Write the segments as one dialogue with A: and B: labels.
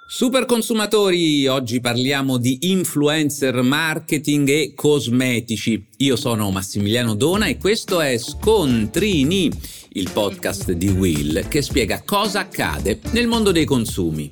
A: Super consumatori, oggi parliamo di influencer marketing e cosmetici. Io sono Massimiliano Dona e questo è Scontrini, il podcast di Will che spiega cosa accade nel mondo dei consumi.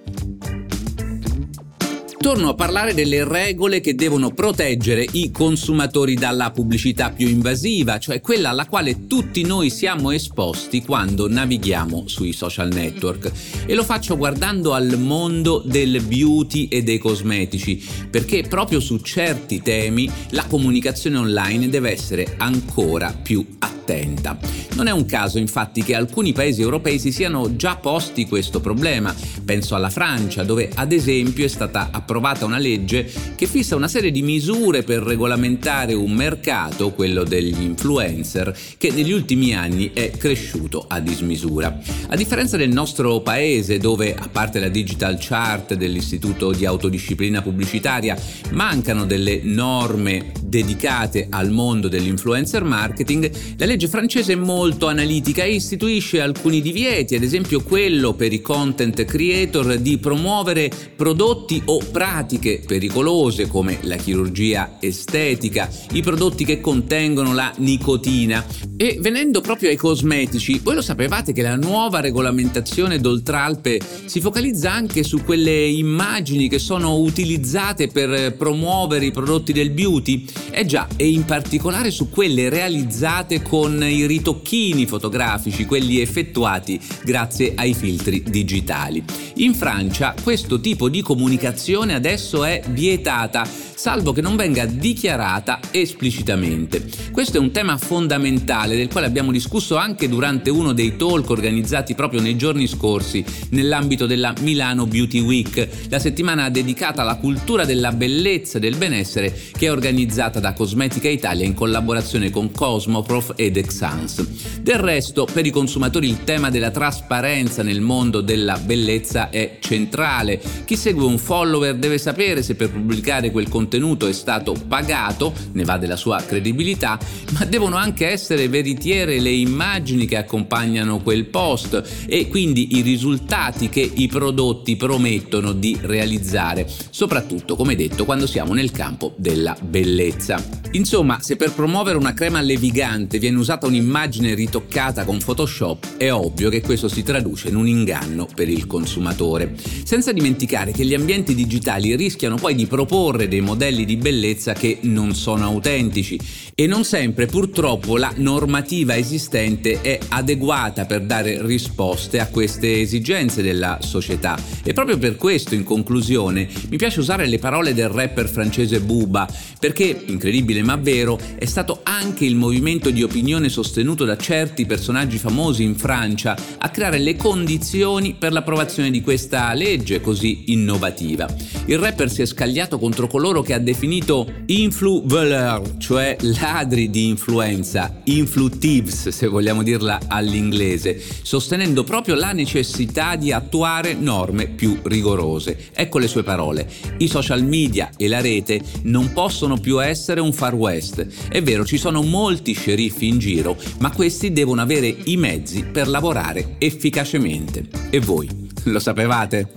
A: Torno a parlare delle regole che devono proteggere i consumatori dalla pubblicità più invasiva, cioè quella alla quale tutti noi siamo esposti quando navighiamo sui social network. E lo faccio guardando al mondo del beauty e dei cosmetici, perché proprio su certi temi la comunicazione online deve essere ancora più attenta. Non è un caso infatti che alcuni paesi europei si siano già posti questo problema. Penso alla Francia, dove ad esempio è stata approvata una legge che fissa una serie di misure per regolamentare un mercato, quello degli influencer, che negli ultimi anni è cresciuto a dismisura. A differenza del nostro paese, dove a parte la digital chart dell'Istituto di Autodisciplina Pubblicitaria mancano delle norme dedicate al mondo dell'influencer marketing, la legge francese è molto analitica e istituisce alcuni divieti, ad esempio quello per i content creator di promuovere prodotti o pratiche pericolose come la chirurgia estetica, i prodotti che contengono la nicotina. E venendo proprio ai cosmetici, voi lo sapevate che la nuova regolamentazione d'Oltralpe si focalizza anche su quelle immagini che sono utilizzate per promuovere i prodotti del beauty? Già, e in particolare su quelle realizzate con i ritocchini fotografici, quelli effettuati grazie ai filtri digitali. In Francia questo tipo di comunicazione adesso è vietata, salvo che non venga dichiarata esplicitamente. Questo è un tema fondamentale del quale abbiamo discusso anche durante uno dei talk organizzati proprio nei giorni scorsi nell'ambito della Milano Beauty Week, la settimana dedicata alla cultura della bellezza e del benessere che è organizzata da Cosmetica Italia in collaborazione con Cosmoprof ed Exans. Del resto, per i consumatori il tema della trasparenza nel mondo della bellezza è centrale. Chi segue un follower deve sapere se per pubblicare quel contenuto è stato pagato, ne va della sua credibilità, ma devono anche essere veritiere le immagini che accompagnano quel post e quindi i risultati che i prodotti promettono di realizzare, soprattutto, come detto, quando siamo nel campo della bellezza. Insomma, se per promuovere una crema levigante viene usata un'immagine ritoccata con Photoshop, è ovvio che questo si traduce in un inganno per il consumatore. Senza dimenticare che gli ambienti digitali rischiano poi di proporre dei modelli di bellezza che non sono autentici e non sempre purtroppo la normativa esistente è adeguata per dare risposte a queste esigenze della società. E proprio per questo, in conclusione, mi piace usare le parole del rapper francese Booba, perché, incredibile ma vero, è stato anche il movimento di opinione sostenuto da certi personaggi famosi in Francia a creare le condizioni per l'approvazione di questa legge così innovativa. Il rapper si è scagliato contro coloro che ha definito influencer, cioè ladri di influenza, influ-thieves se vogliamo dirla all'inglese, sostenendo proprio la necessità di attuare norme più rigorose. Ecco le sue parole: i social media e la rete non possono più essere un far west. È vero, ci sono molti sceriffi in giro, ma questi devono avere i mezzi per lavorare efficacemente. E voi lo sapevate?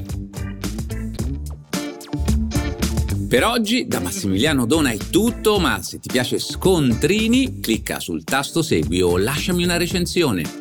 A: Per oggi da Massimiliano Dona è tutto, ma se ti piace Scontrini, clicca sul tasto segui o lasciami una recensione.